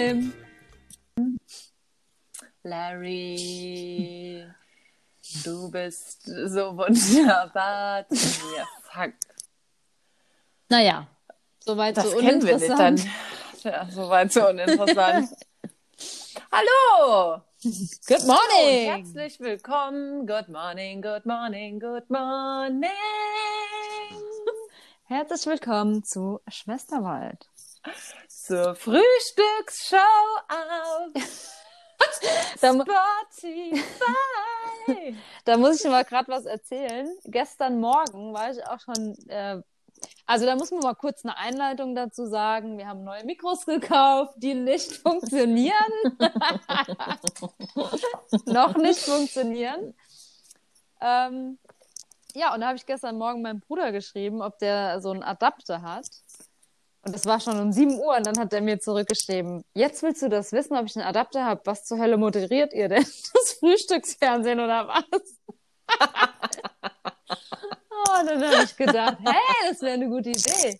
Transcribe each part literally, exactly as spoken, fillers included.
Tim. Larry, du bist so wunderbar zu mir. Fuck. Naja, soweit Das so kennen wir nicht uninteressant. dann. Ja, soweit so uninteressant. Hallo! Good Und morning! herzlich willkommen. Good morning, good morning, good morning. Herzlich willkommen zu Schwesterwald. Zur Frühstücksshow auf Da, mu- Spotify. da muss ich dir mal gerade was erzählen. Gestern Morgen war ich auch schon, äh, also da muss man mal kurz eine Einleitung dazu sagen. Wir haben neue Mikros gekauft, die nicht funktionieren. Noch nicht funktionieren. Ähm, ja, und da habe ich gestern Morgen meinem Bruder geschrieben, ob der so einen Adapter hat. Und es war schon um sieben Uhr und dann hat er mir zurückgeschrieben, jetzt willst du das wissen, ob ich einen Adapter habe? Was zur Hölle moderiert ihr denn? Das Frühstücksfernsehen oder was? Oh, und dann habe ich gedacht, hey, das wäre eine gute Idee.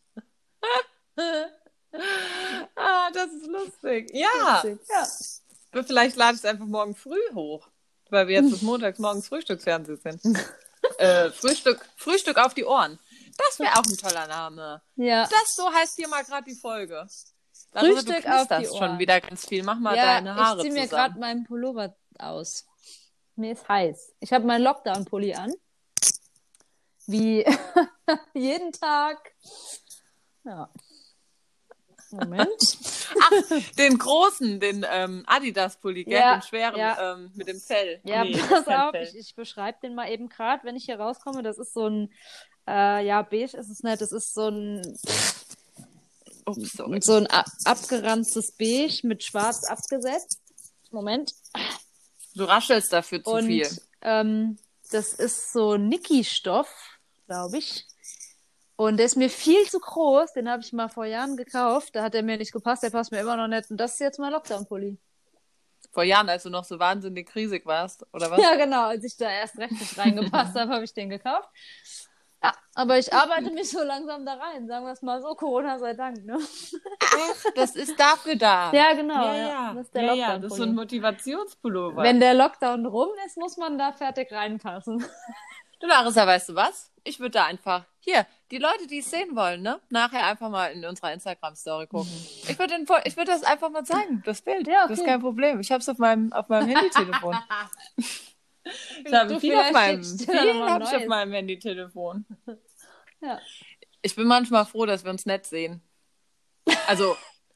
Ah, das ist lustig. Ja, Witzig, ja. vielleicht lade ich es einfach morgen früh hoch, weil wir jetzt bis montags morgens Frühstücksfernsehen sind. äh, Frühstück, Frühstück auf die Ohren. Das wäre auch ein toller Name. Ja. Das so heißt hier mal gerade die Folge. Darüber, Frühstück du auf die knisterst schon Ohren. wieder ganz viel. Mach mal Ja, deine Haare ich ziehe mir zusammen. gerade meinen Pullover aus. Mir ist heiß. Ich habe meinen Lockdown-Pulli an. Wie jeden Tag. Ja. Moment. Ach, den großen, den ähm, Adidas-Pulli, gell? Ja, Den schweren ja. ähm, mit dem Fell. Ja, Nee, das ist pass kein auf, Fell. ich, ich beschreibe den mal eben gerade, wenn ich hier rauskomme. Das ist so ein, äh, ja, beige ist es nicht, das ist so ein, Ups, sorry. so ein ab abgeranztes Beige mit schwarz abgesetzt. Moment. Du raschelst dafür zu Und viel. ähm, das ist so Niki-Stoff, glaube ich. Und der ist mir viel zu groß. Den habe ich mal vor Jahren gekauft. Da hat er mir nicht gepasst. Der passt mir immer noch nicht. Und das ist jetzt mein Lockdown-Pulli. Vor Jahren, als du noch so wahnsinnig riesig warst, oder was? Ja, genau. Als ich da erst recht nicht reingepasst habe, habe ich den gekauft. Ja, aber ich arbeite mich so langsam da rein. Sagen wir es mal so. Corona sei Dank, ne? Ach, das ist dafür da. Ja, genau. Ja, Ja, ja. Das ist der ja, ja, das ist so ein Lockdown-Pulli. Motivationspullover. Wenn der Lockdown rum ist, muss man da fertig reinpassen. Du, Larissa, weißt du was? Ich würde da einfach, hier, die Leute, die es sehen wollen, ne? Nachher einfach mal in unserer Instagram-Story gucken. Ich würde ich würd das einfach mal zeigen, das Bild. Ja, okay. Das ist kein Problem. Ich habe es auf meinem, auf meinem Handytelefon. Ich habe Du, viel auf vielleicht meinem, schickst du dir viel noch mal habe ich auf Neues. meinem Handytelefon. Ja. Ich bin manchmal froh, dass wir uns nett sehen. Also,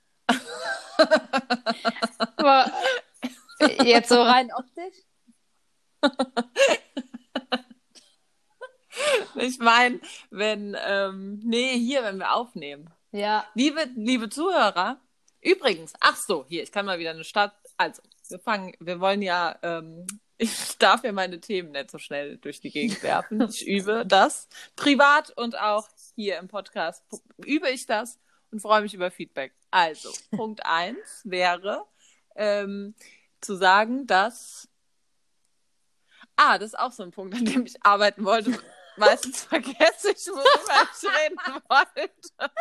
Aber jetzt so rein optisch? ich meine, wenn, ähm, nee, hier, wenn wir aufnehmen. Ja. Liebe, liebe Zuhörer, übrigens, ach so, hier, ich kann mal wieder eine Stadt, also, wir fangen, wir wollen ja, ähm, ich darf ja meine Themen nicht so schnell durch die Gegend werfen. Ich übe das privat und auch hier im Podcast übe ich das und freue mich über Feedback. Also, Punkt eins wäre, ähm, zu sagen, dass, ah, das ist auch so ein Punkt, an dem ich arbeiten wollte. Meistens vergesse ich, worüber ich reden wollte.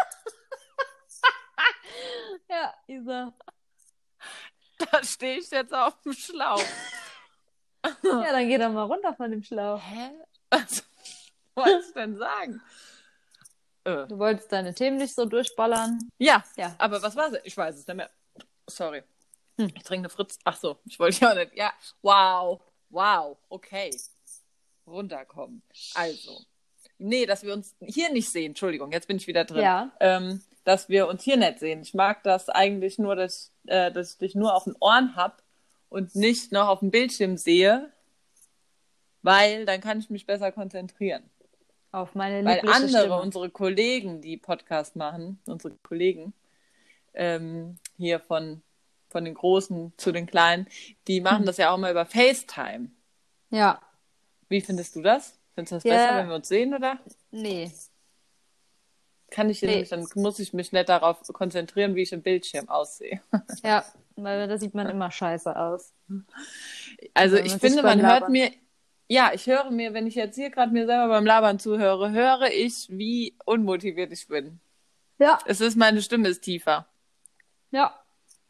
Ja, Isa. Da stehe ich jetzt auf dem Schlauch. Ja, dann geh doch mal runter von dem Schlauch. Hä? Was wollte ich denn sagen? Äh. Du wolltest deine Themen nicht so durchballern. Ja, Ja. aber was war es? Ich weiß es nicht mehr. Sorry. Hm. Ich trinke eine Fritz. Ach so, ich wollte ja auch nicht. Ja, wow. Wow, okay. Runterkommen. Also. Nee, dass wir uns hier nicht sehen. Entschuldigung, jetzt bin ich wieder drin. Ja. Ähm, dass wir uns hier nicht sehen. Ich mag das eigentlich nur, dass, äh, dass ich dich nur auf den Ohren habe und nicht noch auf dem Bildschirm sehe, weil dann kann ich mich besser konzentrieren. Auf meine Weil liebliche andere, Stimme. unsere Kollegen, die Podcast machen, unsere Kollegen, ähm, hier von, von den Großen zu den Kleinen, die machen Hm. das ja auch mal über FaceTime. Ja. Wie findest du das? Findest du das Ja. besser, wenn wir uns sehen, oder? Nee. Kann ich Nee. nämlich, dann muss ich mich nicht darauf konzentrieren, wie ich im Bildschirm aussehe. Ja, weil da sieht man immer scheiße aus. Also Wenn ich man sich finde, beim man hört Labern- mir, ja, ich höre mir, wenn ich jetzt hier gerade mir selber beim Labern zuhöre, höre ich, wie unmotiviert ich bin. Ja. Es ist, meine Stimme ist tiefer. Ja.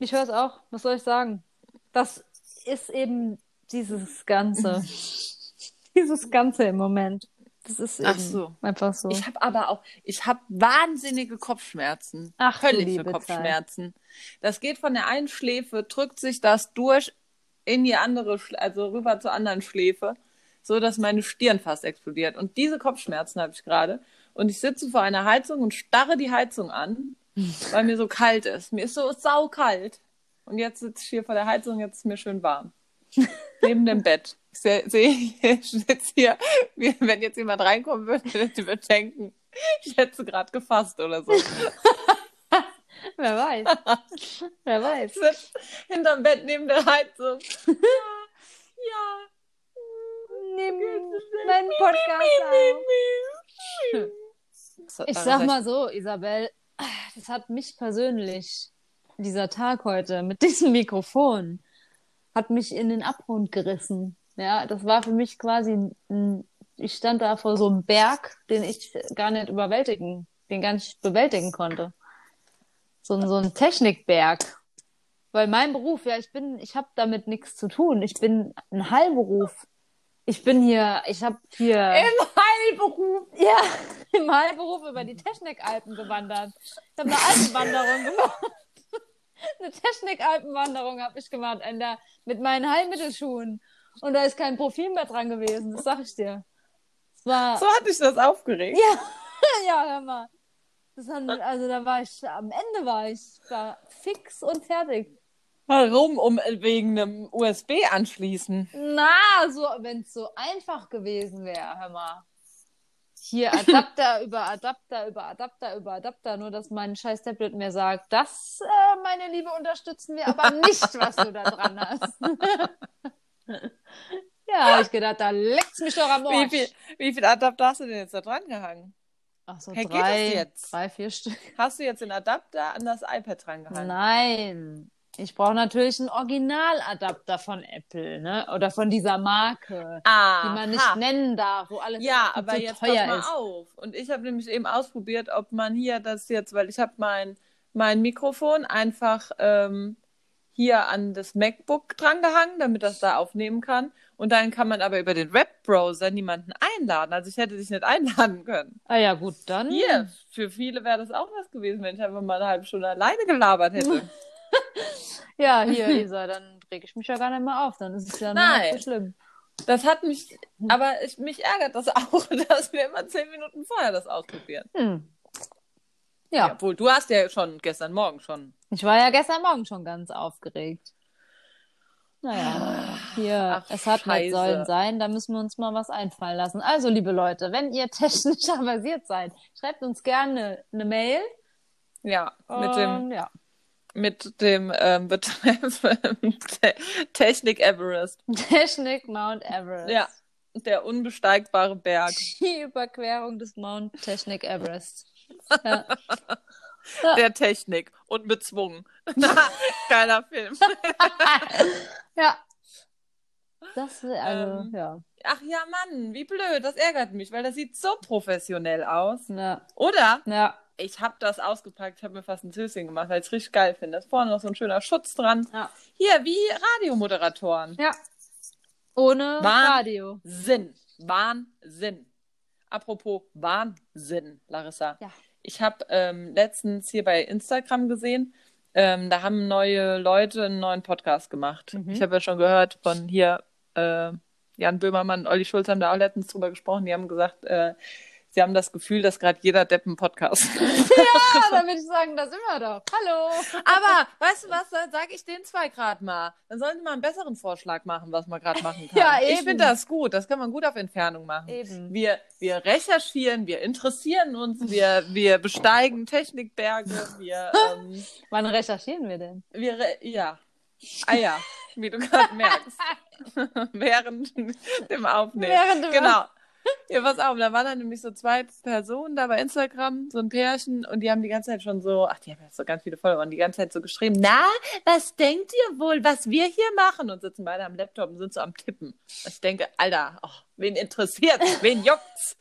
Ich höre es auch. Was soll ich sagen? Das ist eben dieses Ganze. Dieses Ganze im Moment. Das ist eben Ach so. einfach so. Ich habe aber auch, ich habe wahnsinnige Kopfschmerzen. Ach, du Höllische liebe Kopfschmerzen. Das geht von der einen Schläfe, drückt sich das durch in die andere, Sch- also rüber zur anderen Schläfe, so dass meine Stirn fast explodiert. Und diese Kopfschmerzen habe ich gerade. Und ich sitze vor einer Heizung und starre die Heizung an, weil mir so kalt ist. Mir ist so saukalt. Und jetzt sitze ich hier vor der Heizung, jetzt ist mir schön warm. Neben dem Bett. Ich sehe, seh, ich sitze hier, wie, wenn jetzt jemand reinkommen würde, der würde denken, ich hätte sie gerade gefasst oder so. Wer weiß. Wer weiß. Ich sitze hinterm Bett neben der Heizung. Ja, ja. Nimm meinen Podcast auf. Ich sag mal so, Isabel, das hat mich persönlich, dieser Tag heute mit diesem Mikrofon, hat mich in den Abgrund gerissen. Ja, das war für mich quasi ein, ich stand da vor so einem Berg, den ich gar nicht überwältigen, den gar nicht bewältigen konnte. So ein, so ein Technikberg. Weil mein Beruf, ja, ich bin, ich habe damit nichts zu tun. Ich bin ein Heilberuf. Ich bin hier, ich habe hier Im Heilberuf. ja, im Heilberuf über die Technikalpen gewandert. Ich habe eine Alpenwanderung gemacht. Eine Technikalpenwanderung habe ich gemacht in der, mit meinen Heilmittelschuhen. Und da ist kein Profil mehr dran gewesen, das sag ich dir. Es war, So hat dich das aufgeregt. ja, ja, hör mal. Das hat, also da war ich, am Ende war ich, war fix und fertig. Warum? Um wegen einem U S B anschließen. Na, so, wenn es so einfach gewesen wäre, hör mal. Hier Adapter über Adapter über Adapter über Adapter, nur dass mein scheiß Tablet mir sagt, das, äh, meine Liebe, unterstützen wir aber nicht, was du da dran hast. Ja, hab ich gedacht, da leckt's mich doch am Arsch. Wie viel, wie viel Adapter hast du denn jetzt da dran gehangen? Ach so, Hey, geht drei, das jetzt? drei, vier Stück. Hast du jetzt den Adapter an das iPad dran gehangen? Nein. Ich brauche natürlich einen Originaladapter von Apple, ne? Oder von dieser Marke, Aha. die man nicht nennen darf, wo alles Ja, viel aber zu jetzt teuer pass mal ist. auf. Und ich habe nämlich eben ausprobiert, ob man hier das jetzt, weil ich habe mein, mein Mikrofon einfach ähm, hier an das MacBook drangehangen, damit das da aufnehmen kann. Und dann kann man aber über den Webbrowser niemanden einladen. Also ich hätte dich nicht einladen können. Ah ja, gut, dann. Hier, für viele wäre das auch was gewesen, wenn ich einfach mal eine halbe Stunde alleine gelabert hätte. Ja, hier, Isa, dann reg ich mich ja gar nicht mehr auf. Dann ist es ja Nein. nicht so schlimm. Das hat mich, aber ich, mich ärgert das auch, dass wir immer zehn Minuten vorher das ausprobieren. Hm. Ja. Ja, Obwohl, du hast ja schon gestern Morgen schon. ich war ja gestern Morgen schon ganz aufgeregt. Naja, hier, Ach, es hat Scheiße. nicht sollen sein, da müssen wir uns mal was einfallen lassen. Also, liebe Leute, wenn ihr technisch versiert seid, schreibt uns gerne eine Mail. Ja, mit dem, Und, ja. mit dem ähm, Betreff Te- Technik Everest. Technik Mount Everest. Ja, der unbesteigbare Berg. Die Überquerung des Mount Technik Everest. Ja. Ja. Der Technik und bezwungen. Geiler Film. Ja. Das, also, Ähm. ja. Ach ja, Mann, wie blöd. Das ärgert mich, weil das sieht so professionell aus. Ja. Oder? Ja. Ich habe das ausgepackt, ich habe mir fast ein Zöschen gemacht, weil ich es richtig geil finde. Da ist vorne noch so ein schöner Schutz dran. Ja. Hier, wie Radiomoderatoren. Ja. Ohne Wahn- Radio. Sinn. Wahnsinn. Apropos Wahnsinn, Larissa. Ja. Ich habe ähm, letztens hier bei Instagram gesehen, ähm, da haben neue Leute einen neuen Podcast gemacht. Mhm. Ich habe ja schon gehört von hier, äh, Jan Böhmermann und Olli Schulz haben da auch letztens drüber gesprochen. Die haben gesagt, äh, sie haben das Gefühl, dass gerade jeder Depp einen Podcast macht. Ja, dann würde ich sagen, da sind wir doch. Hallo. Aber, weißt du was, dann sage ich den zwei gerade mal. Dann sollen sie mal einen besseren Vorschlag machen, was man gerade machen kann. Ja, Ich eben. finde das gut, das kann man gut auf Entfernung machen. Eben. Wir, wir recherchieren, wir interessieren uns, wir, wir besteigen Technikberge, wir, ähm, Wann recherchieren wir denn? wir, re- ja. Ah ja, wie du gerade merkst. Während dem Aufnehmen. Während dem Genau. Ja, pass auf, da waren dann nämlich so zwei Personen da bei Instagram, so ein Pärchen, und die haben die ganze Zeit schon so, ach, die haben jetzt so ganz viele Follower, und die ganze Zeit so geschrieben, na, was denkt ihr wohl, was wir hier machen? Und sitzen beide am Laptop und sind so am Tippen. Ich denke, Alter, oh, wen interessiert's? Wen juckt's?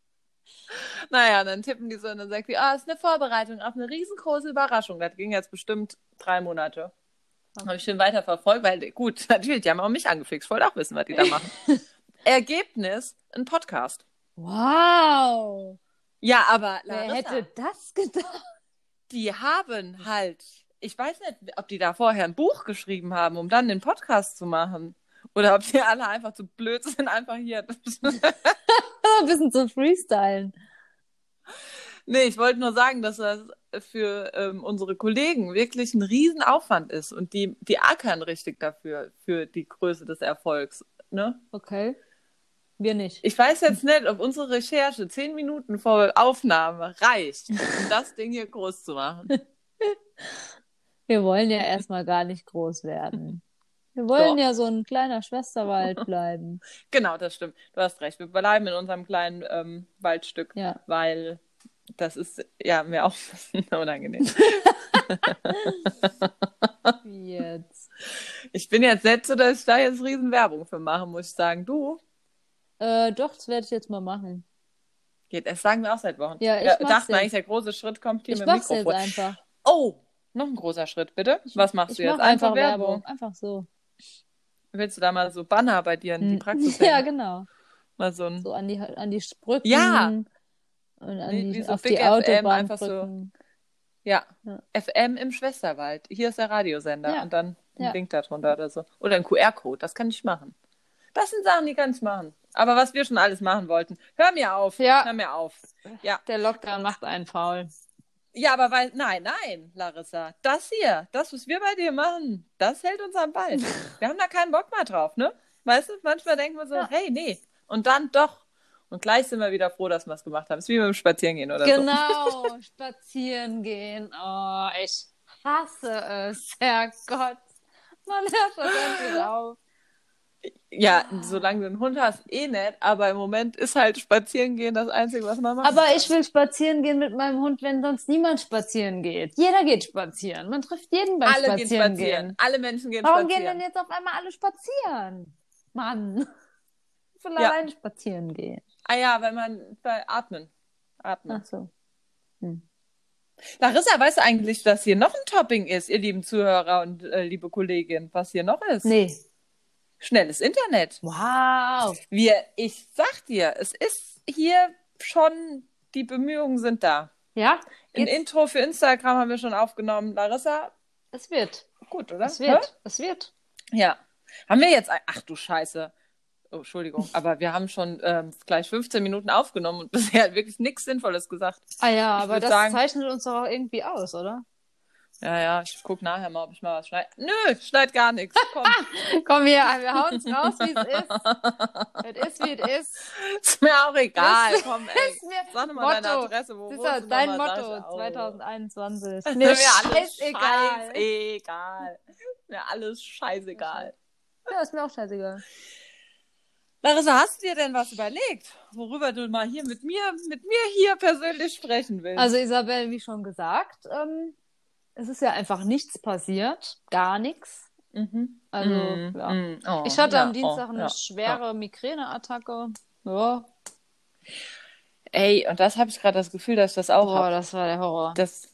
Naja, dann tippen die so und dann sagt die, ah, ist eine Vorbereitung auf eine riesengroße Überraschung. Das ging jetzt bestimmt drei Monate. Habe ich schön weiterverfolgt, weil gut, natürlich, die haben auch mich angefixt. Ich wollte auch wissen, was die da machen. Ergebnis, ein Podcast. Wow! Ja, aber Wer Larissa, hätte das gedacht? die haben halt, ich weiß nicht, ob die da vorher ein Buch geschrieben haben, um dann den Podcast zu machen. Oder ob die alle einfach zu blöd sind, einfach hier. Ein bisschen zu freestylen. Nee, ich wollte nur sagen, dass das für ähm, unsere Kollegen wirklich ein Riesenaufwand ist und die, die ackern richtig dafür, für die Größe des Erfolgs. Ne? Okay. Wir nicht. Ich weiß jetzt nicht, ob unsere Recherche zehn Minuten vor Aufnahme reicht, um das Ding hier groß zu machen. Wir wollen ja erstmal gar nicht groß werden. Wir wollen Doch. ja so ein kleiner Schwesterwald bleiben. Genau, das stimmt. Du hast recht. Wir bleiben in unserem kleinen ähm, Waldstück, Ja. weil das ist ja mir auch ein bisschen unangenehm. Wie jetzt? Ich bin jetzt nicht so, dass ich da jetzt riesen Werbung für mache, muss ich sagen. Du? Äh, doch, das werde ich jetzt mal machen. Geht, das sagen wir auch seit Wochen. Ja, ich Wir mach's dachten jetzt. eigentlich, der große Schritt kommt hier Ich mit dem mach's jetzt Mikrofon. einfach. Oh, noch ein großer Schritt, bitte. Was machst Ich du jetzt? mach einfach Werbung. Einfach so. Willst du da mal so Banner bei dir in die Hm. Praxis Ja, hängen? genau. Mal so ein, So an die, an die Sprücken. Ja. Und an Wie- die, wie so auf Big die F M, einfach so. Autobahnbrücken. ja, Ja. F M im Schwesterwald. Hier ist der Radiosender Ja. und dann ein Ja. Link darunter oder so. Oder ein Q R-Code, das kann ich machen. Das sind Sachen, die kann ich machen. Aber was wir schon alles machen wollten. Hör mir auf. Ja. Hör mir auf. Ja. Der Lockdown macht einen faul. Ja, aber weil, nein, nein, Larissa, das hier, das, was wir bei dir machen, das hält uns am Ball. Wir haben da keinen Bock mehr drauf, ne? Weißt du, manchmal denken wir so, Ja. hey, nee. Und dann doch. Und gleich sind wir wieder froh, dass wir es gemacht haben. Es ist wie mit dem Spazierengehen oder so. Genau, spazieren gehen. Oh, ich hasse es. Herrgott. Man hört doch endlich auf. Ja, solange du einen Hund hast, eh nicht. Aber im Moment ist halt Spazierengehen das Einzige, was man macht. Aber ich will spazieren gehen mit meinem Hund, wenn sonst niemand spazieren geht. Jeder geht spazieren. Man trifft jeden beim Alle gehen Spazieren spazieren. gehen. Alle Menschen gehen Warum spazieren. gehen denn jetzt auf einmal alle spazieren? Mann. Ich will Ja. allein spazieren gehen. Ah ja, weil man bei Atmen. Atmen. Ach so. Larissa, weißt du eigentlich, dass hier noch ein Topping ist, ihr lieben Zuhörer und äh, liebe Kollegin, was hier noch ist? Nee. Schnelles Internet. Wow. Wir, ich sag dir, es ist hier schon, die Bemühungen sind da. Ja, Ein jetzt, Intro für Instagram haben wir schon aufgenommen. Larissa, es wird. gut, oder? Es wird. Es wird. Hä? Ja. Haben wir jetzt, ein- ach du Scheiße. Oh, Entschuldigung, aber wir haben schon ähm, gleich fünfzehn Minuten aufgenommen und bisher wirklich nichts Sinnvolles gesagt. Ah ja, Ich aber würd das sagen- zeichnet uns doch auch irgendwie aus, oder? Ja, ja, ich guck nachher mal, ob ich mal was schneide. Nö, ich schneid gar nichts. Komm, Komm hier, wir hauen es raus, wie es ist. Es ist, wie es ist. ist mir auch egal. Das Komm, ey. ist mir Sag doch mal deine Motto. Adresse. Wo Das ist wohnst ja du dein nochmal? Sag ich Motto auch. zwanzig einundzwanzig. Ist Mir mir alles scheißegal. scheißegal. Ist mir alles scheißegal. Ja, ist mir auch scheißegal. Larissa, hast du dir denn was überlegt, worüber du mal hier mit mir, mit mir hier persönlich sprechen willst? Also Isabel, wie schon gesagt, ähm, es ist ja einfach nichts passiert. Gar nichts. mhm. Also, Mm, ja. mm, oh, Ich hatte ja, am Dienstag oh, eine ja, schwere Migräneattacke. Ja. Ey, und das habe ich gerade das Gefühl, dass ich das auch Boah, habe. das war der Horror. Das.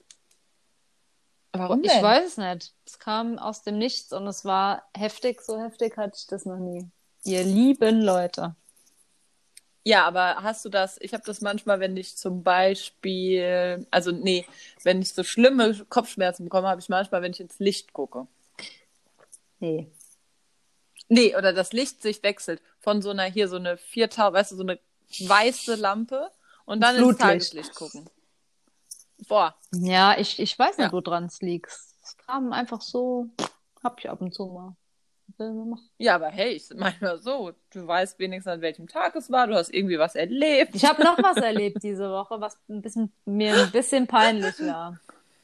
Warum Ich denn? weiß es nicht. Es kam aus dem Nichts und es war heftig. So heftig hatte ich das noch nie. Ihr lieben Leute. Ja, aber hast du das, ich habe das manchmal, wenn ich zum Beispiel, also nee, wenn ich so schlimme Kopfschmerzen bekomme, habe ich manchmal, wenn ich ins Licht gucke. Nee. Nee, oder das Licht sich wechselt von so einer, hier so eine viertausend, weißt du, so eine weiße Lampe und dann ins Flutlicht. Tageslicht gucken. Boah, Ja, ich, ich weiß nicht, Ja. woran es liegt. Es kam einfach so, hab ich ab und zu mal. Will man machen. ja, aber hey, ich meine mal so, du weißt wenigstens, an welchem Tag es war, du hast irgendwie was erlebt. Ich habe noch was erlebt diese Woche, was ein bisschen, mir ein bisschen peinlich war.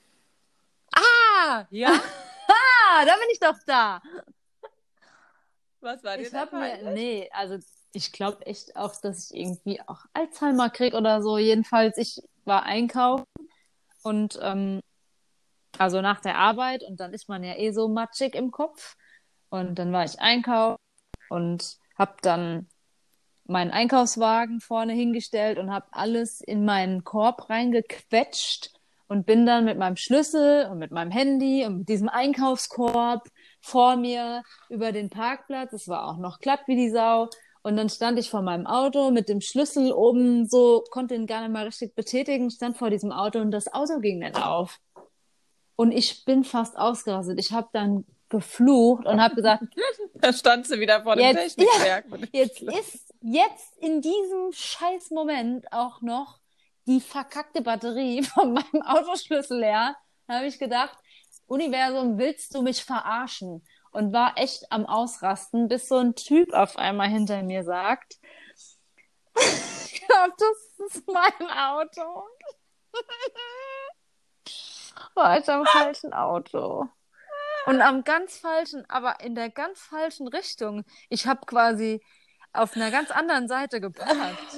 Ah, ja, Ah, da bin ich doch da. was war dir Ich da habe mir, peinlich? nee, also ich glaube echt auch, dass ich irgendwie auch Alzheimer krieg oder so. Jedenfalls, ich war einkaufen und ähm, also nach der Arbeit und dann ist man ja eh so matschig im Kopf. Und dann war ich einkaufen und habe dann meinen Einkaufswagen vorne hingestellt und habe alles in meinen Korb reingequetscht und bin dann mit meinem Schlüssel und mit meinem Handy und mit diesem Einkaufskorb vor mir über den Parkplatz. Es war auch noch glatt wie die Sau. Und dann stand ich vor meinem Auto mit dem Schlüssel oben, so konnte ihn gar nicht mal richtig betätigen, stand vor diesem Auto und das Auto ging nicht auf. Und ich bin fast ausgerastet. Ich habe dann geflucht und habe gesagt, da stand sie wieder vor dem jetzt, Technikwerk. Ja, jetzt ist jetzt in diesem scheiß Moment auch noch die verkackte Batterie von meinem Autoschlüssel leer. Da habe ich gedacht, Universum, willst du mich verarschen? Und war echt am Ausrasten, bis so ein Typ auf einmal hinter mir sagt, ich glaube, das ist mein Auto. War ich am falschen Auto. Und am ganz falschen, aber in der ganz falschen Richtung. Ich habe quasi auf einer ganz anderen Seite geparkt.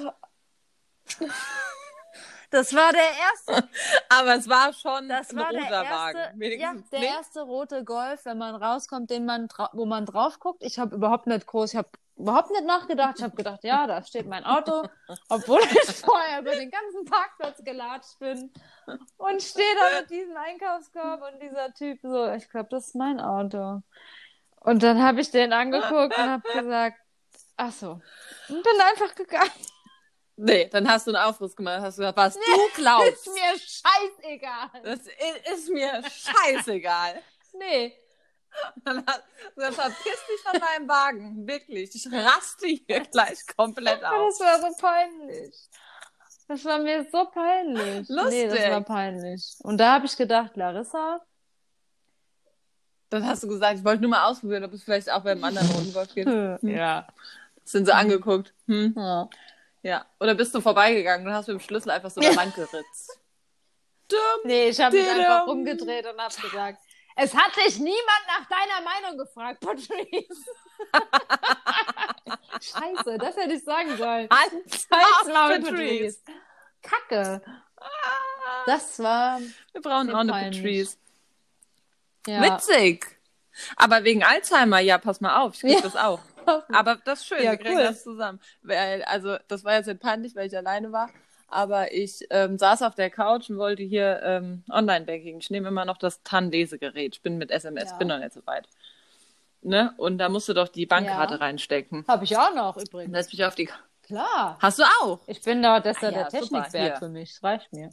Das war der erste. Aber es war schon das ein war roter der erste, Wagen. Ja, der nicht? erste rote Golf, wenn man rauskommt, den man wo man drauf guckt. Ich habe überhaupt nicht groß, ich habe überhaupt nicht nachgedacht. Ich habe gedacht, ja, da steht mein Auto, obwohl ich vorher über den ganzen Parkplatz gelatscht bin und stehe da mit diesem Einkaufskorb und dieser Typ so, ich glaube, das ist mein Auto. Und dann habe ich den angeguckt und habe gesagt, ach so, und bin einfach gegangen. Nee, dann hast du einen Aufriss gemacht, hast du gesagt, was nee, du glaubst. Ist mir scheißegal. Das ist mir scheißegal. Nee. Dann, hat, dann verpiss dich von meinem Wagen. Wirklich. Ich raste hier gleich komplett aus. Das war so peinlich. Das war mir so peinlich. Lustig. Nee, das war peinlich. Und da habe ich gedacht, Larissa. Dann hast du gesagt, ich wollte nur mal ausprobieren, ob es vielleicht auch beim anderen Rundgolf geht. Hm. Ja. Sind sie angeguckt. Hm. Ja. Ja. Oder bist du vorbeigegangen und hast mit dem Schlüssel einfach so eine Wand geritzt? Dumm, nee, ich habe mich einfach rumgedreht und habe gesagt, es hat dich niemand nach deiner Meinung gefragt, Patrice. Scheiße, das hätte ich sagen sollen. Halt's Patrice. Kacke. Das war... Wir brauchen auch eine Patrice. Ja. Witzig. Aber wegen Alzheimer, ja, pass mal auf, ich krieg ja. das auch. Aber das ist schön, ja, wir kriegen cool. das zusammen. Weil, also, das war jetzt nicht peinlich, weil ich alleine war. Aber ich ähm, saß auf der Couch und wollte hier ähm, Online-Banking. Ich nehme immer noch das T A N-Lesegerät. Ich bin mit S M S, ja. bin noch nicht so weit. Ne? Und da musst du doch die Bankkarte ja. reinstecken. Habe ich auch noch übrigens. Lass mich auf die... Klar. Hast du auch? Ich bin da, das ist ja, ja der Technikwerk für mich. Das reicht mir.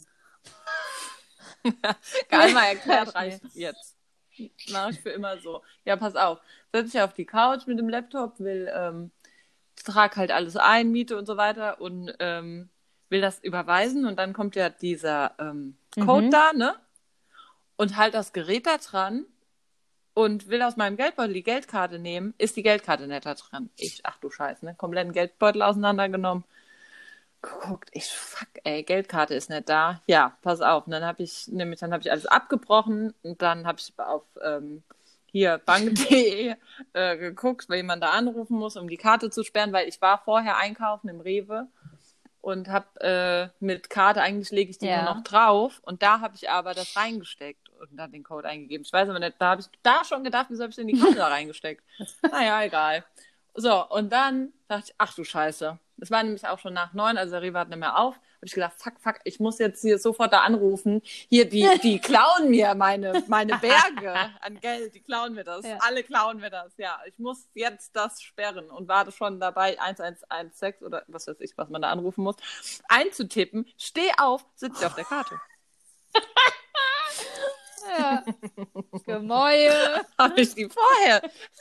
Einmal erklärt, reicht jetzt. Mache ich für immer so. Ja, pass auf. Setz dich auf die Couch mit dem Laptop, will, ähm, trag halt alles ein, Miete und so weiter und ähm, will das überweisen und dann kommt ja dieser ähm, Code mhm. da, ne? Und halt das Gerät da dran und will aus meinem Geldbeutel die Geldkarte nehmen, ist die Geldkarte nicht da dran. Ich, ach du Scheiße, ne? Kompletten Geldbeutel auseinandergenommen. Guckt, ich, fuck, ey, Geldkarte ist nicht da. Ja, pass auf. Und dann habe ich, nämlich, dann habe ich alles abgebrochen und dann habe ich auf ähm, hier bank punkt de äh, geguckt, weil jemand da anrufen muss, um die Karte zu sperren, weil ich war vorher einkaufen im Rewe und habe äh, mit Karte, eigentlich lege ich die ja. nur noch drauf und da habe ich aber das reingesteckt und dann den Code eingegeben. Ich weiß aber nicht, da habe ich da schon gedacht, wieso habe ich denn die Karte da reingesteckt? Naja, egal. So, und dann dachte ich, ach du Scheiße. Es war nämlich auch schon nach neun, also der Rewe hat nicht mehr auf. Habe ich gedacht, fuck, fuck, ich muss jetzt hier sofort da anrufen. Hier, die, die klauen mir meine, meine Berge an Geld, die klauen mir das. Ja. Alle klauen mir das, ja. Ich muss jetzt das sperren und war schon dabei, eins eins eins sechs oder was weiß ich, was man da anrufen muss, einzutippen. Steh auf, sitze auf der Karte. Ja. Gemäue. Habe ich die vorher...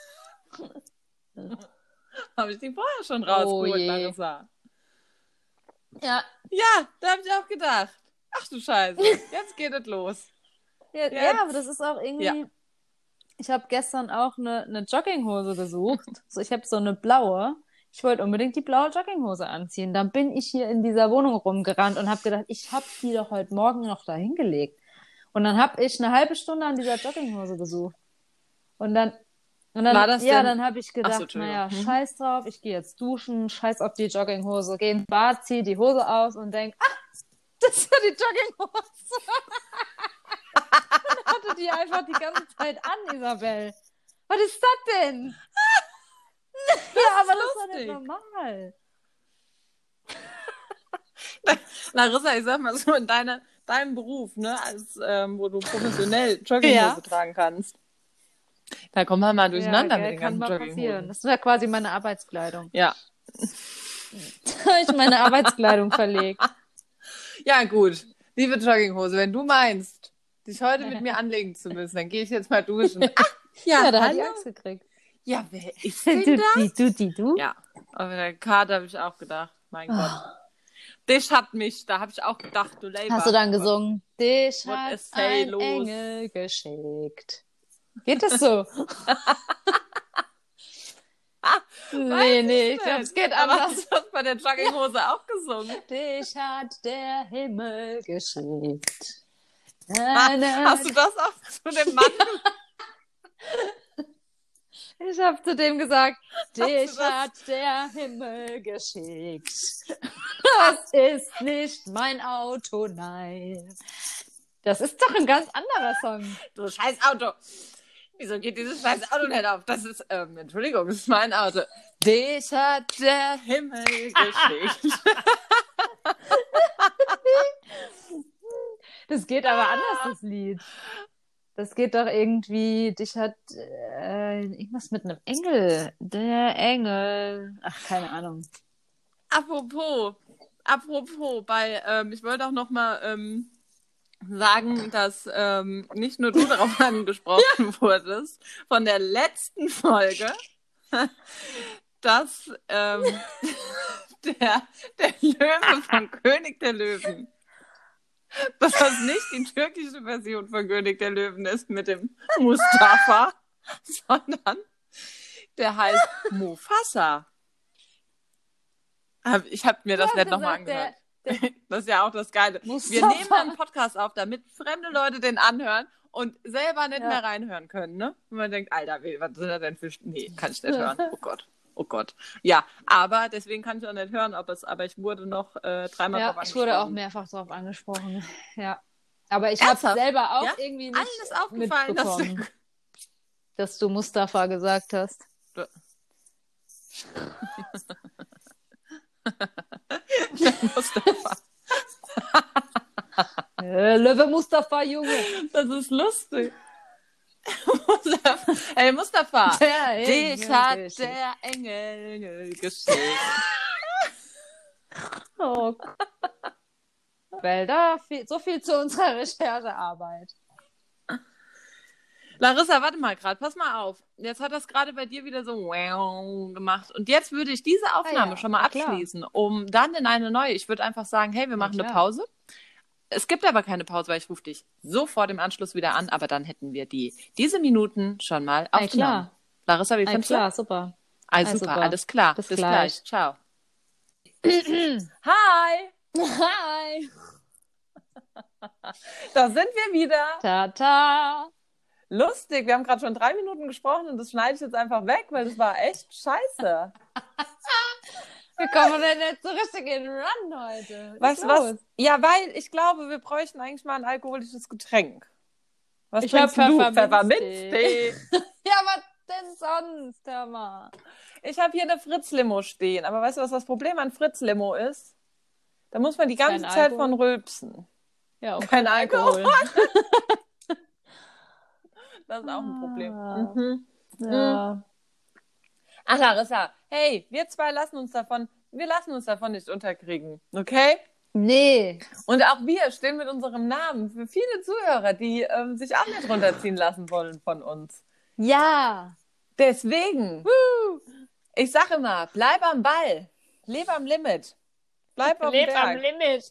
Habe ich die vorher schon rausgeholt, oh Larissa. Ja. Ja, da habe ich auch gedacht. Ach du Scheiße, jetzt geht es los. Ja, ja, aber das ist auch irgendwie... Ja. Ich habe gestern auch eine, eine Jogginghose gesucht. So, ich habe so eine blaue. Ich wollte unbedingt die blaue Jogginghose anziehen. Dann bin ich hier in dieser Wohnung rumgerannt und habe gedacht, ich habe die doch heute Morgen noch da hingelegt. Und dann habe ich eine halbe Stunde an dieser Jogginghose gesucht. Und dann... Und dann, War das ja, denn? Dann habe ich gedacht, so, naja, hm. scheiß drauf, ich gehe jetzt duschen, scheiß auf die Jogginghose, geh ins Bad, zieh die Hose aus und denk, ah, das ist ja die Jogginghose. Und hatte die einfach die ganze Zeit an, Isabel. Was ist das denn? Das ja, aber lustig. Das ist doch nicht normal. Larissa, ich sag mal so, in deiner, deinem Beruf, ne, als, ähm, wo du professionell Jogginghose ja. tragen kannst, Da kommen wir mal durcheinander ja, mit gell, den kann ganzen mal Jogginghosen. passieren. Das wäre quasi meine Arbeitskleidung. Ja. Da habe ich meine Arbeitskleidung verlegt. Ja, gut. Liebe Jogginghose, wenn du meinst, dich heute mit mir anlegen zu müssen, dann gehe ich jetzt mal duschen. Ah, ja, Ja, da hat hallo? die Angst gekriegt. Ja, wer ist Du, denn da? die, du, die, du? Ja, aber der Kater habe ich auch gedacht. Mein Gott. Dich hat mich, da habe ich auch gedacht, du Leiber. Hast du dann gesungen? Dich What hat is hey ein los? Engel geschickt. Geht das so? Ah, nee, nee, ich glaube, es geht Aber anders. hast du das bei der Jogginghose auch gesungen? Dich hat der Himmel geschickt. Ah, Na, na, hast du das auch zu dem Mann Ich habe zu dem gesagt, dich du das? hat der Himmel geschickt. Das ist nicht mein Auto, nein. Das ist doch ein ganz anderer Song. Du scheiß Auto. Wieso geht dieses scheiß Auto nicht auf? Das ist, ähm, Entschuldigung, das ist mein Auto. Dich hat der Himmel geschickt. Das geht aber anders, das Lied. Das geht doch irgendwie, dich hat äh, irgendwas mit einem Engel. Der Engel. Ach, keine Ahnung. Apropos, apropos, bei, ähm, ich wollte auch noch mal ähm, sagen, dass ähm, nicht nur du darauf angesprochen wurdest, von der letzten Folge, dass ähm, der, der Löwe von König der Löwen, dass das nicht die türkische Version von König der Löwen ist mit dem Mustafa, sondern der heißt Mufasa. Ich habe mir das Ja, nicht nochmal gesagt, der- angehört. Das ist ja auch das Geile. Wir Mustafa. nehmen dann einen Podcast auf, damit fremde Leute den anhören und selber nicht Ja. mehr reinhören können, ne? Und man denkt, Alter, wie- was sind das denn für... Sch- Nee, kann ich nicht hören. Oh Gott. Oh Gott. Ja, aber deswegen kann ich auch nicht hören, ob es... Aber ich wurde noch äh, dreimal Ja, drauf ich wurde auch angesprochen. mehrfach darauf angesprochen. Ja. Aber ich habe Ernsthaft? selber auch Ja? irgendwie nicht Allen ist aufgefallen, dass mitbekommen, du... dass du Mustafa gesagt hast. Mustafa. Äh, Löwe Mustafa, Junge. Das ist lustig. Mustafa. Hey, Mustafa. Der Dich Engel hat geschickt. der Engel geschickt. Oh. Weil da viel, so viel zu unserer Recherchearbeit. Larissa, warte mal gerade, pass mal auf. Jetzt hat das gerade bei dir wieder so wow gemacht. Und jetzt würde ich diese Aufnahme ja, schon mal na klar. abschließen, um dann in eine neue. Ich würde einfach sagen, hey, wir machen eine klar. Pause. Es gibt aber keine Pause, weil ich rufe dich sofort im Anschluss wieder an, aber dann hätten wir die diese Minuten schon mal Na aufgenommen. klar. Larissa, wie Na findest klar, super. du? Ah, Ah, super, super. alles klar. Bis Bis, gleich. gleich. Ciao. Hi, Hi. da sind wir wieder. Tata. Lustig, wir haben gerade schon drei Minuten gesprochen und das schneide ich jetzt einfach weg, weil das war echt scheiße. Wir kommen denn nicht so richtig in den Run heute. Weißt du was? Ja, weil ich glaube, wir bräuchten eigentlich mal ein alkoholisches Getränk. Was Ich hab trinkst du? Pfefferminztee. Pfefferminztee. Ja, was denn sonst, hör mal? Ich habe hier eine Fritz-Limo stehen, aber weißt du, was das Problem an Fritz-Limo ist? Da muss man die ganze Kein Zeit Alkohol. von rülpsen. Ja, und Kein kein Alkohol. Das ist auch ein Problem. Ah. Mhm. Ja. Ach, Larissa, hey, wir zwei lassen uns davon, wir lassen uns davon nicht unterkriegen, okay? Nee. Und auch wir stehen mit unserem Namen für viele Zuhörer, die ähm, sich auch nicht runterziehen lassen wollen von uns. Ja. Deswegen, ich sage immer, bleib am Ball, leb am Limit, bleib auf dem Leb am Berg. Limit.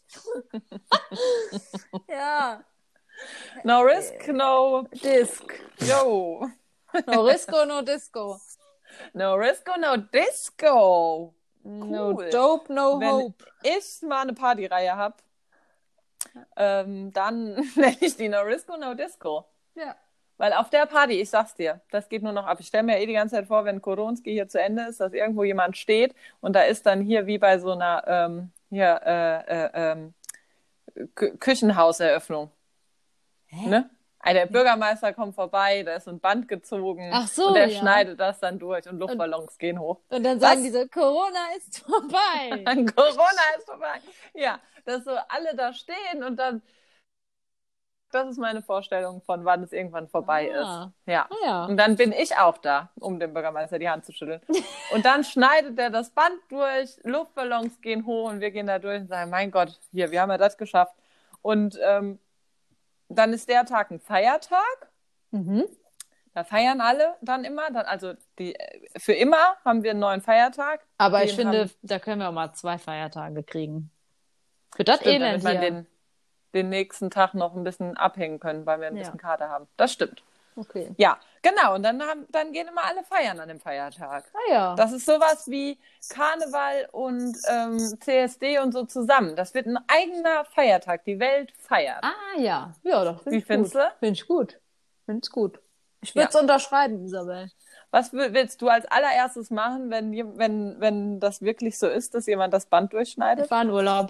Ja. No risk, no disc. Yo. No Risco, no Disco. No risk, no disco. No Cool. Dope, no Wenn Hope. ich mal eine Partyreihe habe, ähm, dann nenne ich die No Risco, No Disco. Ja. Weil auf der Party, ich sag's dir, das geht nur noch ab. Ich stelle mir ja eh die ganze Zeit vor, wenn Koronski hier zu Ende ist, dass irgendwo jemand steht und da ist dann hier wie bei so einer ähm, hier, äh, äh, ähm, Kü- Küchenhauseröffnung. Ne? Also der Bürgermeister kommt vorbei, da ist ein Band gezogen Ach so, und der ja. schneidet das dann durch und Luftballons gehen hoch. Und dann sagen Was? diese, Corona ist vorbei. Corona ist vorbei. Ja, dass so alle da stehen und dann Das ist meine Vorstellung von, wann es irgendwann vorbei Ah. ist. Ja. Ah, ja. Und dann bin ich auch da, um dem Bürgermeister die Hand zu schütteln. Und dann schneidet er das Band durch, Luftballons gehen hoch und wir gehen da durch und sagen, mein Gott, hier, wir haben ja das geschafft. Und ähm, dann ist der Tag ein Feiertag. Mhm. Da feiern alle dann immer. Dann, also die, für immer haben wir einen neuen Feiertag. Aber Den ich finde, haben, da können wir auch mal zwei Feiertage kriegen. Für das stimmt, Elend damit wir hier. den, den nächsten Tag noch ein bisschen abhängen können, weil wir ein Ja. bisschen Kater haben. Das stimmt. Okay. Ja, genau. Und dann, haben, dann gehen immer alle feiern an dem Feiertag. Ah ja. Das ist sowas wie Karneval und ähm, C S D und so zusammen. Das wird ein eigener Feiertag. Die Welt feiert. Ah ja. Ja, doch. Find Wie ich findest gut. du? Finde ich gut. Finde ich gut. Ich Ja. würde es unterschreiben, Isabel. Was will- willst du als allererstes machen, wenn, jem- wenn, wenn das wirklich so ist, dass jemand das Band Wir durchschneidet? fahren Urlaub.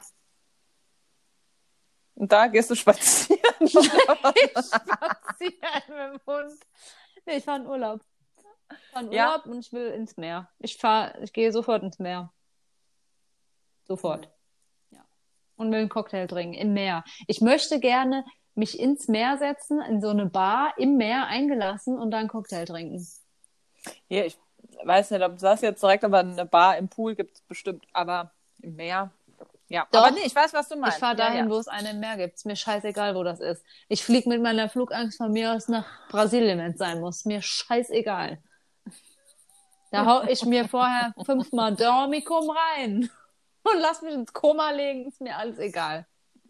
Und da gehst du spazieren? Spazieren mit dem Hund. Nee, ich fahre in Urlaub. Ich fahre in Ja. Urlaub und ich will ins Meer. Ich fahre, ich gehe sofort ins Meer. Sofort. Ja. Und will einen Cocktail trinken im Meer. Ich möchte gerne mich ins Meer setzen, in so eine Bar im Meer eingelassen und dann einen Cocktail trinken. Hier, ich weiß nicht, ob das jetzt direkt, aber eine Bar im Pool gibt es bestimmt. Aber im Meer, ja. Doch. Aber nee, ich weiß, was du meinst. Ich fahre dahin, ja, ja. wo es einen im Meer gibt. Ist mir scheißegal, wo das ist. Ich fliege mit meiner Flugangst von mir aus nach Brasilien, wenn es sein muss. Mir scheißegal. Da hau ich mir vorher fünfmal Dormicum rein und lass mich ins Koma legen. Ist mir alles egal.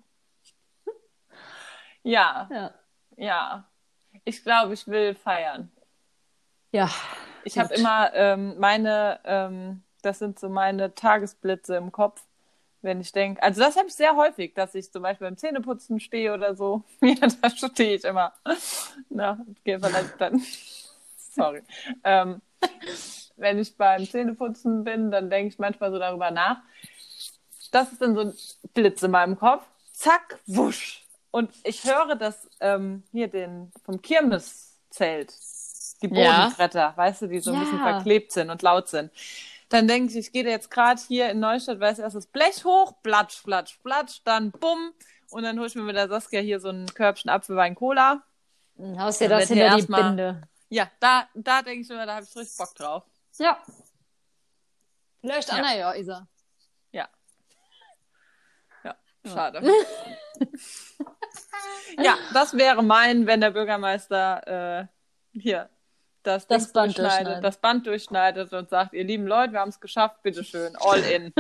Ja, Ja. ja. Ich glaube, ich will feiern. Ja. Ich Gut. habe immer ähm, meine, ähm, das sind so meine Tagesblitze im Kopf, wenn ich denke, also das habe ich sehr häufig, dass ich zum Beispiel beim Zähneputzen stehe oder so. Ja, da stehe ich immer. Na, okay, vielleicht dann. Sorry. Ähm, wenn ich beim Zähneputzen bin, dann denke ich manchmal so darüber nach. Das ist dann so ein Blitz in meinem Kopf. Zack, wusch. Und ich höre das ähm, hier den vom Kirmeszelt. Die Ja. Bodenbretter, weißt du, die so ein bisschen Ja. verklebt sind und laut sind. Dann denke ich, ich gehe jetzt gerade hier in Neustadt, weiß erst das Blech hoch, platsch, platsch, platsch, dann bumm. Und dann hole ich mir mit der Saskia hier so ein Körbchen Apfelwein Cola. Dann haust dir Dann das wird hier hinter die erstmal- Binde. Ja, da, da denke ich immer, da habe ich richtig Bock drauf. Ja. Vielleicht Ja. Anna ja, Isa. Ja. Ja, schade. Ja, das wäre mein, wenn der Bürgermeister äh, hier das, Das Dings Band durchschneidet, durchschneidet. das Band durchschneidet und sagt, ihr lieben Leute, wir haben es geschafft, bitteschön, all in.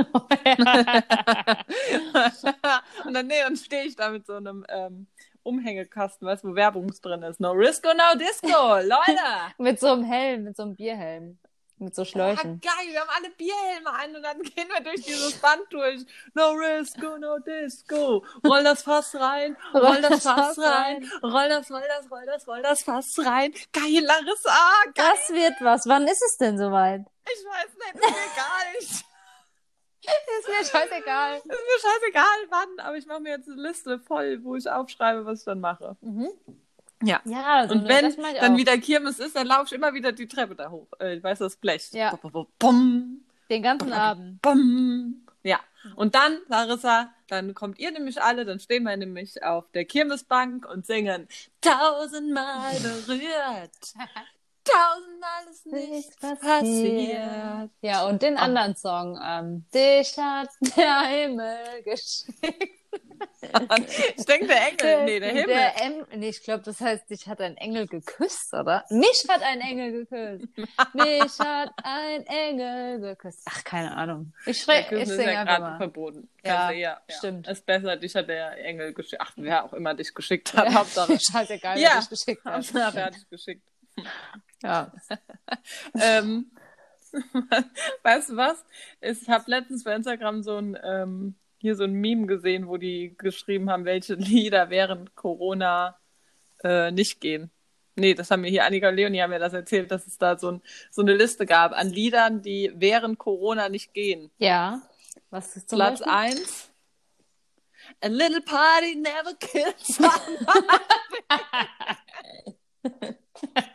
Und dann, nee, dann stehe ich da mit so einem ähm, Umhängekasten, weißt du, wo Werbung drin ist. No Risco, no Disco, Leute! Mit so einem Helm, mit so einem Bierhelm. Mit so Ah, Schläuchen. geil, wir haben alle Bierhelme an und dann gehen wir durch dieses Band durch. No Risco, no Disco. Roll das Fass rein, roll das Fass rein, roll das, roll das, roll das, roll das Fass rein. Geil, Larissa, geil. Das wird was. Wann ist es denn soweit? Ich weiß nicht, ist mir egal. Ich, Ist mir scheißegal. ist mir scheißegal, wann, aber ich mache mir jetzt eine Liste voll, wo ich aufschreibe, was ich dann mache. Mhm. Ja. Ja, so Und eine- wenn das mach ich dann auch. wieder Kirmes ist, dann laufe ich immer wieder die Treppe da hoch. Äh, ich weiß das Blech. Ja. Bum, Den ganzen Abend. bum. Ja. Und dann, Larissa, dann kommt ihr nämlich alle, dann stehen wir nämlich auf der Kirmesbank und singen tausendmal berührt. Tausendmal ist nichts passiert. Ja, und den anderen Song. Ähm, dich hat der Himmel geschickt. Ich denke, der Engel, nee, der Himmel. Der em nee, ich glaube, das heißt, dich hat ein Engel geküsst, oder? Mich hat ein Engel geküsst. Mich hat ein Engel geküsst. Ach, keine Ahnung. Ich, Der schrei- Küssen ich ist singe ja einfach gerade mal. verboten. Ja, Kannst du eher, ja, stimmt. Ist besser, dich hat der Engel geschickt. Ach, wer auch immer dich geschickt hat, Hauptsache. Scheißegal, Ja. wer dich geschickt hat. Hauptsache, er hat dich geschickt. Ja. ähm, weißt du was? Ich habe letztens bei Instagram so ein, ähm, hier so ein Meme gesehen, wo die geschrieben haben, welche Lieder während Corona äh, nicht gehen. Nee, das haben mir hier Annika und Leonie haben mir das erzählt, dass es da so, ein, so eine Liste gab an Liedern, die während Corona nicht gehen. Ja. Was ist zum Platz Beispiel? eins. A little party never kills someone.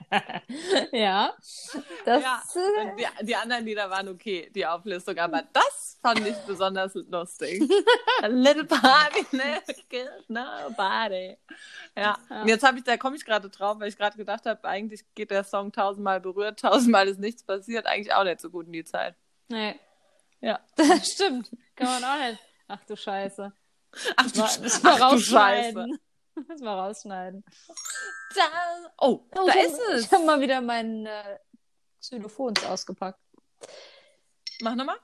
Ja, das Ja, äh, die, die anderen Lieder waren okay, die Auflistung, aber das fand ich besonders lustig. A little party, never killed nobody. Ja, Ja. und jetzt habe ich, da komme ich gerade drauf, weil ich gerade gedacht habe, eigentlich geht der Song tausendmal berührt, tausendmal ist nichts passiert, eigentlich auch nicht so gut in die Zeit. nee, Ja. das stimmt. Kann man auch nicht. Ach du Scheiße. Ach du, Das müssen wir ach, du Scheiße. rausschneiden. Das müssen wir rausschneiden. Da, oh, Oh, da ich ist hab, es. Ich habe mal wieder mein äh, Xylophons ausgepackt. Mach nochmal.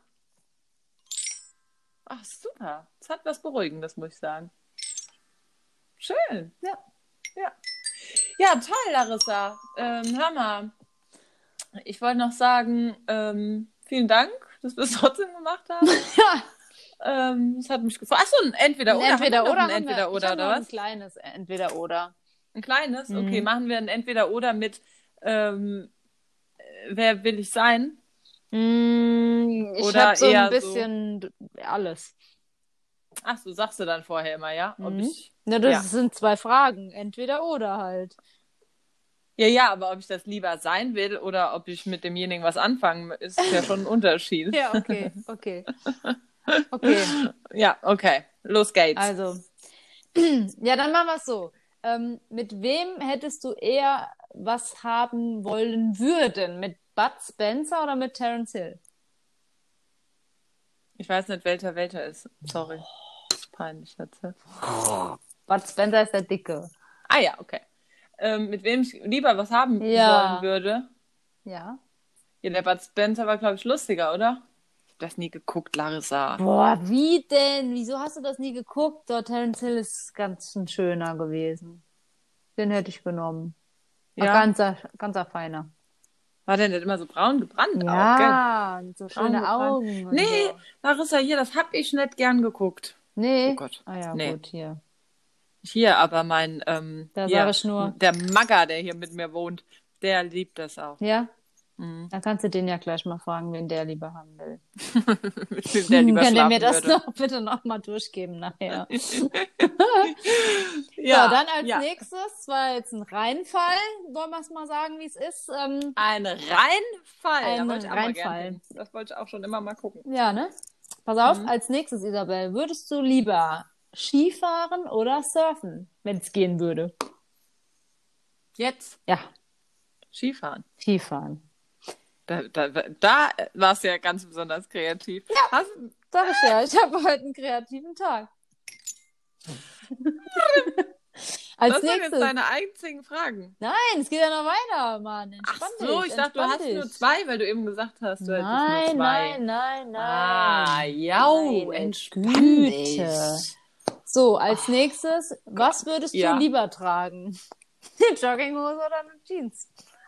Ach, super. Es hat was Beruhigendes, muss ich sagen. Schön. Ja. Ja, ja toll, Larissa. Ähm, hör mal. Ich wollte noch sagen, ähm, vielen Dank, dass wir es trotzdem gemacht haben. Ja. Ähm, es hat mich gefreut. Achso, ein Entweder-Oder. Entweder Haben wir noch oder. ein Entweder-Oder, oder Ein was? kleines Entweder-Oder. Ein kleines? Mhm. Okay, machen wir ein Entweder-Oder mit ähm, Wer will ich sein? Mm, ich Oder habe so eher ein bisschen alles. Ach so, sagst du dann vorher immer, ja? Ob Mhm. ich, Na, das ja. sind zwei Fragen. Entweder oder halt. ja, ja, aber ob ich das lieber sein will oder ob ich mit demjenigen was anfangen, ist ja schon ein Unterschied. Ja, okay, okay. Okay, Ja, okay. Los geht's. also. Ja, dann machen wir es so. Ähm, mit wem hättest du eher was haben wollen würden? Mit Bud Spencer oder mit Terence Hill? Ich weiß nicht, welcher welcher ist. Sorry. Das ist peinlich jetzt. Bud Spencer ist der Dicke. Ah ja, okay. Ähm, mit wem ich lieber was haben Ja. wollen würde. Ja. Ja, der Bud Spencer war, glaube ich, lustiger, oder? Ich habe das nie geguckt, Larissa. Boah, wie denn? Wieso hast du das nie geguckt? Der Terence Hill ist ganz ein schöner gewesen. Den hätte ich genommen. Ein Ja. ganzer, ganzer feiner. War der nicht immer so braun gebrannt? Ja, und so Auch, schöne gell? Augen. Und Nee, so. Larissa, hier, das habe ich nicht gern geguckt. Nee. Oh Gott. Ah ja, Nee. gut, hier. Hier, aber mein, ähm, Da hier, sag ich nur. der Magger, der hier mit mir wohnt, der liebt das auch. Ja? Mhm. Dann kannst du den ja gleich mal fragen, wen der lieber haben will. Mit dem der lieber Kann der schlafen mir das würde. noch bitte noch mal durchgeben nachher? Ja, So, dann als ja. nächstes, das war jetzt ein Reinfall, wollen wir es mal sagen, wie es ist. Ähm, Ein Reinfall. Ein da wollte ich auch mal gern Reinfall. hin. Das wollte ich auch schon immer mal gucken. ja, ne? Pass auf, Mhm. als nächstes, Isabel, würdest du lieber Skifahren oder surfen, wenn es gehen würde? Jetzt Ja, Skifahren. Skifahren. Da, da, da warst du ja ganz besonders kreativ. Ja. Hast, Sag ich ja, ich habe heute einen kreativen Tag. Als das sind jetzt nächstes. deine einzigen Fragen. Nein, es geht ja noch weiter, Mann. Ach Entspann so, dich, ich dachte, du entspann hast dich. nur zwei, weil du eben gesagt hast, du hättest nur Nein, zwei. nein, nein, nein. Ah, jau, Meine entspann Güte. dich. So, als nächstes, was würdest Ja. du lieber tragen? Eine Jogginghose oder eine Jeans?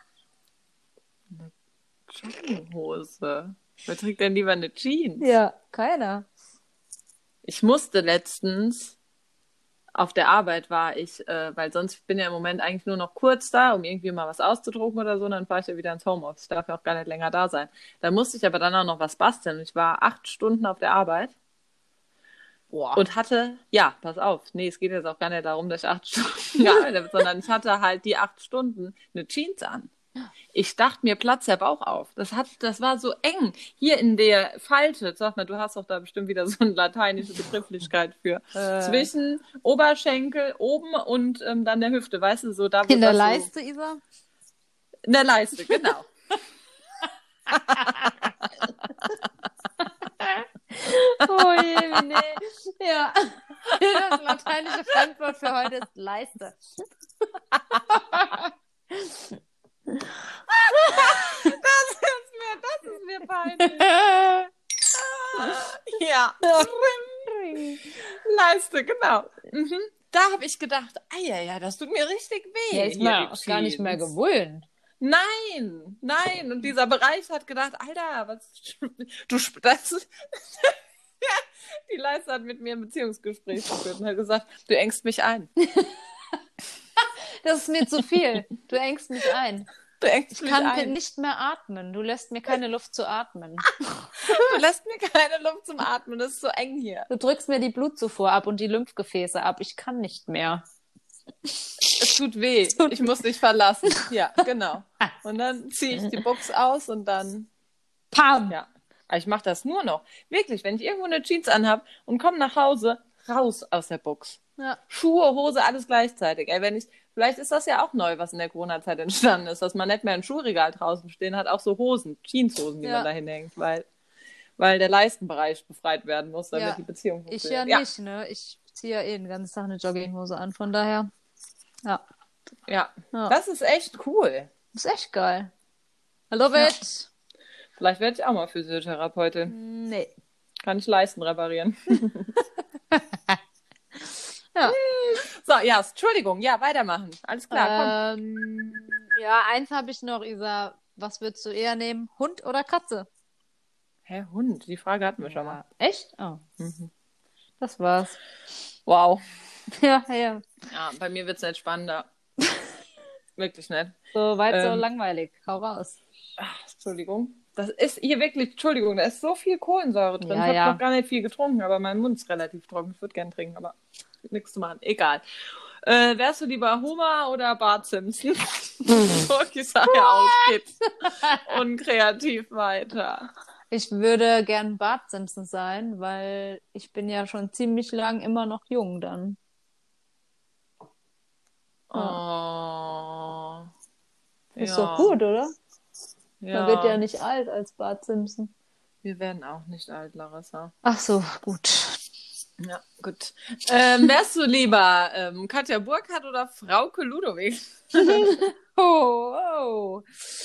Jogginghose. Wer trägt denn lieber eine Jeans? Ja, keiner. Ich musste letztens, auf der Arbeit war ich, äh, weil sonst bin ich ja im Moment eigentlich nur noch kurz da, um irgendwie mal was auszudrucken oder so, und dann fahre ich ja wieder ins Homeoffice. Ich darf ja auch gar nicht länger da sein. Da musste ich aber dann auch noch was basteln. Ich war acht Stunden auf der Arbeit. Boah. Und hatte, ja, pass auf, nee, es geht jetzt auch gar nicht darum, dass ich acht Stunden gearbeitet habe, sondern ich hatte halt die acht Stunden eine Jeans an. Ich dachte, mir platzt der Bauch auf. Das hat, das war so eng. Hier in der Falte, sag mal, du hast doch da bestimmt wieder so eine lateinische Begrifflichkeit für. Äh. Zwischen Oberschenkel, oben und ähm, dann der Hüfte, weißt du, so da wo In der das Leiste, Isa? So, in der Leiste, genau. Oh je, nee. Ja. Das lateinische Fremdwort für heute ist Leiste. Das ist mir, das ist mir peinlich. Ja. Leiste, genau. Mhm. Da habe ich gedacht, ja, ja, das tut mir richtig weh. Ja, ist hier, mir die auch gar nicht mehr Jeans. gewöhnt. Nein, nein. Und dieser Bereich hat gedacht, Alter, was du sp- das ist, ja, die Leiste hat mit mir ein Beziehungsgespräch geführt und hat gesagt, du engst mich ein. Das ist mir zu viel. Du engst mich ein. Du engst Ich mich kann ein. nicht mehr atmen. Du lässt mir keine Luft zu atmen. Du lässt mir keine Luft zum Atmen, das ist so eng hier. Du drückst mir die Blutzufuhr ab und die Lymphgefäße ab. Ich kann nicht mehr. Es tut weh. Ich muss dich verlassen. Ja, genau. Und dann ziehe ich die Buchs aus und dann... Pam! Ja. Aber ich mache das nur noch. Wirklich, wenn ich irgendwo eine Jeans anhab und komme nach Hause, raus aus der Buchs. Ja. Schuhe, Hose, alles gleichzeitig. Ey, wenn ich, vielleicht ist das ja auch neu, was in der Corona-Zeit entstanden ist, dass man nicht mehr ein Schuhregal draußen stehen hat, auch so Hosen, Jeanshosen, die Ja. man da hinhängt, weil, weil der Leistenbereich befreit werden muss, damit Ja. die Beziehung Ich funktioniert. ja nicht, ne? Ich ziehe ja eh den ganzen Tag eine Jogginghose an, von daher. Ja. Ja. Ja. Das ist echt cool. Das ist echt geil. I love Ja. it. Vielleicht werde ich auch mal Physiotherapeutin. Nee. Kann ich Leisten reparieren. Ja. So, ja, Entschuldigung. Ja, weitermachen. Alles klar, komm. Ähm, ja, eins habe ich noch, Isa. Was würdest du eher nehmen? Hund oder Katze? Hä, Hund? Die Frage hatten wir schon mal. Echt? Oh. Mhm. Das war's. Wow. Ja, ja. Ja, bei mir wird es nicht spannender. Wirklich nicht. So weit, so Ähm. langweilig. Hau raus. Ach, Entschuldigung. Das ist hier wirklich, Entschuldigung, da ist so viel Kohlensäure drin. Ja, ich habe ja. noch gar nicht viel getrunken, aber mein Mund ist relativ trocken. Ich würde gern trinken, aber nichts zu machen. Egal. Äh, wärst du lieber Homer oder Bart Simpson? Okay, sah ja aus, geht unkreativ weiter. Ich würde gern Bart Simpson sein, weil ich bin ja schon ziemlich lang immer noch jung dann. Oh. Ist ja. doch gut, oder? Ja. Man wird ja nicht alt als Bart Simpson. Wir werden auch nicht alt, Larissa. Ach so, gut. Ja, gut. Ähm, wärst du lieber ähm, Katja Burkhardt oder Frauke Ludowig? Oh, oh.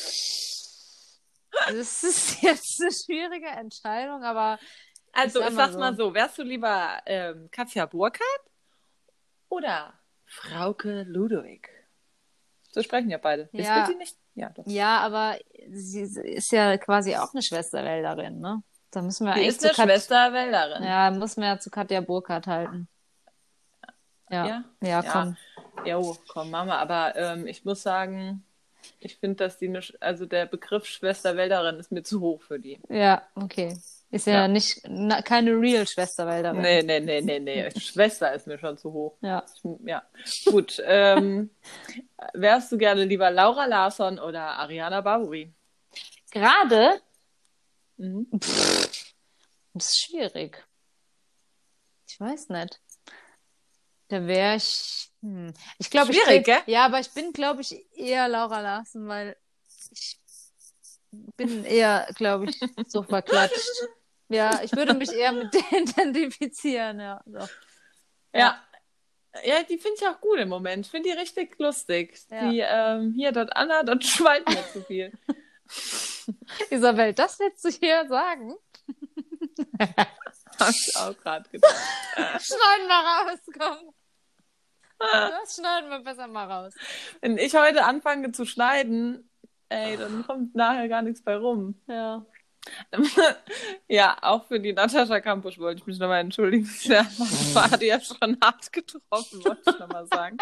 Das ist jetzt eine schwierige Entscheidung, aber Also, Ich ich, sag mal sag's mal so, wärst du lieber ähm, Katja Burkhardt oder Frauke Ludowig? So sprechen ja beide. Ist Ja. sie nicht? Ja, doch. ja, aber sie ist ja quasi auch eine Schwesterwälderin, ne? Da müssen wir Die eigentlich ist eine zu Kat- Schwester Wälderin. Ja, muss man ja zu Katja Burkhardt halten. Ja, Ja? ja, komm. Jo, komm, Mama, aber ähm, ich muss sagen, ich finde, dass die, eine, Sch- also der Begriff Schwester Wälderin ist mir zu hoch für die. Ja, okay. Ist ja, Ja. nicht, na, keine real Schwesterwälderin. Nee, nee, nee, nee, nee. Schwester ist mir schon zu hoch. Ja. Ja, gut. ähm, wärst du gerne lieber Laura Larsson oder Ariana Barbouri? Gerade? Mhm. Das ist schwierig. Ich weiß nicht. Da wäre ich. Hm. Ich glaube, ich Schwierig, krieg, gell? Ja, aber ich bin, glaube ich, eher Laura Larsen, weil ich bin eher, glaube ich, so verklatscht. Ja, ich würde mich eher mit der identifizieren, ja. So. Ja. Ja, die finde ich auch gut im Moment. Ich finde die richtig lustig. Ja. Die, ähm, hier, dort Anna, dort schweigt mir zu viel. Isabel, das willst du hier sagen? Hab ich auch gerade gedacht. Schneiden wir raus, komm. Das schneiden wir besser mal raus. Wenn ich heute anfange zu schneiden, ey, dann kommt nachher gar nichts bei rum. Ja. Ja, auch für die Natascha Kampusch wollte ich mich nochmal entschuldigen. Ja, das war die ja schon hart getroffen, wollte ich nochmal sagen.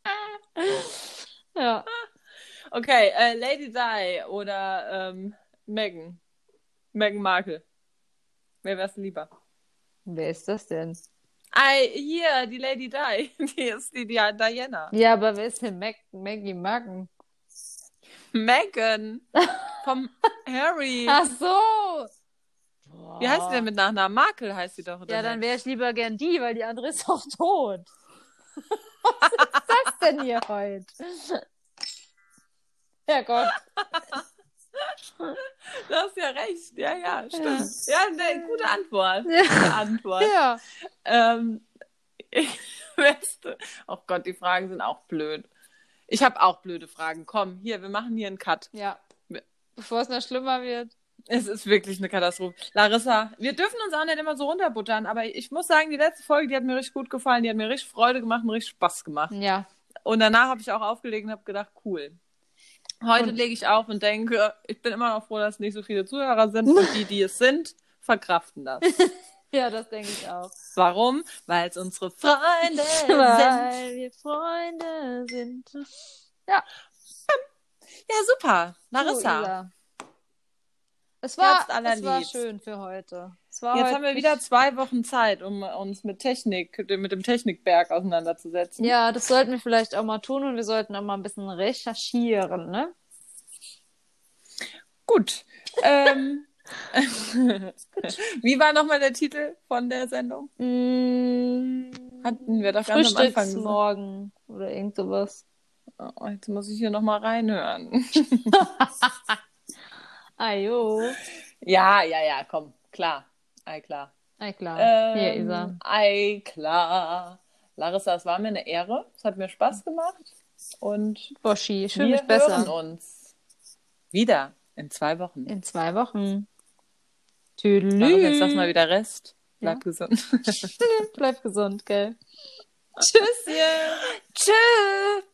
Ja. Okay, äh, Lady Di oder ähm, Meghan. Meghan Markle. Wer wär's lieber? Wer ist das denn? Ei, hier, die Lady Di. Die ist die, die Diana. Ja, aber wer ist denn Mag Maggie Marken? Meghan. Vom Harry. Ach so. Wie heißt sie denn mit Nachnamen? Markle heißt sie doch, oder Ja, dann nicht? wäre ich lieber gern die, weil die andere ist auch tot. Was ist das denn hier heute? Ja Gott. Du hast ja recht. Ja, ja, stimmt. Ja, ne, gute Antwort. Ja. Gute Antwort. Ja. Ähm, weißt du, oh Gott, die Fragen sind auch blöd. Ich habe auch blöde Fragen. Komm, hier, wir machen hier einen Cut. Ja. Bevor es noch schlimmer wird. Es ist wirklich eine Katastrophe. Larissa, wir dürfen uns auch nicht immer so runterbuttern, aber ich muss sagen, die letzte Folge, die hat mir richtig gut gefallen. Die hat mir richtig Freude gemacht und richtig Spaß gemacht. Ja. Und danach habe ich auch aufgelegt und habe gedacht, cool. Heute Und- lege ich auf und denke, ich bin immer noch froh, dass nicht so viele Zuhörer sind und die, die es sind, verkraften das. Ja, das denke ich auch. Warum? Weil es unsere Freunde sind. Weil wir Freunde sind. Ja. Ja, super. Larissa. So, Isa. Es war, Herz aller es war Liebs. schön für heute. Es war Jetzt heute haben wir nicht- wieder zwei Wochen Zeit, um uns mit Technik, mit dem Technikberg auseinanderzusetzen. Ja, das sollten wir vielleicht auch mal tun und wir sollten auch mal ein bisschen recherchieren, ne? Gut. Ähm, Wie war nochmal der Titel von der Sendung? Mm, Hatten wir doch ganz am Anfang gesagt. Frühstücksmorgen oder irgend sowas. Oh, jetzt muss ich hier nochmal reinhören. Ajo. Ja, ja, ja, komm, klar. Ei, klar. Ei, klar. Ähm, Hier ist er. Ei, klar. Larissa, es war mir eine Ehre. Es hat mir Spaß gemacht. Und Boschi, ich fühle wir mich besser. hören uns wieder in zwei Wochen. In zwei Wochen. Warum jetzt sag mal wieder Rest? Bleib Ja. gesund. Bleib gesund, gell? Tschüss. Tschüss.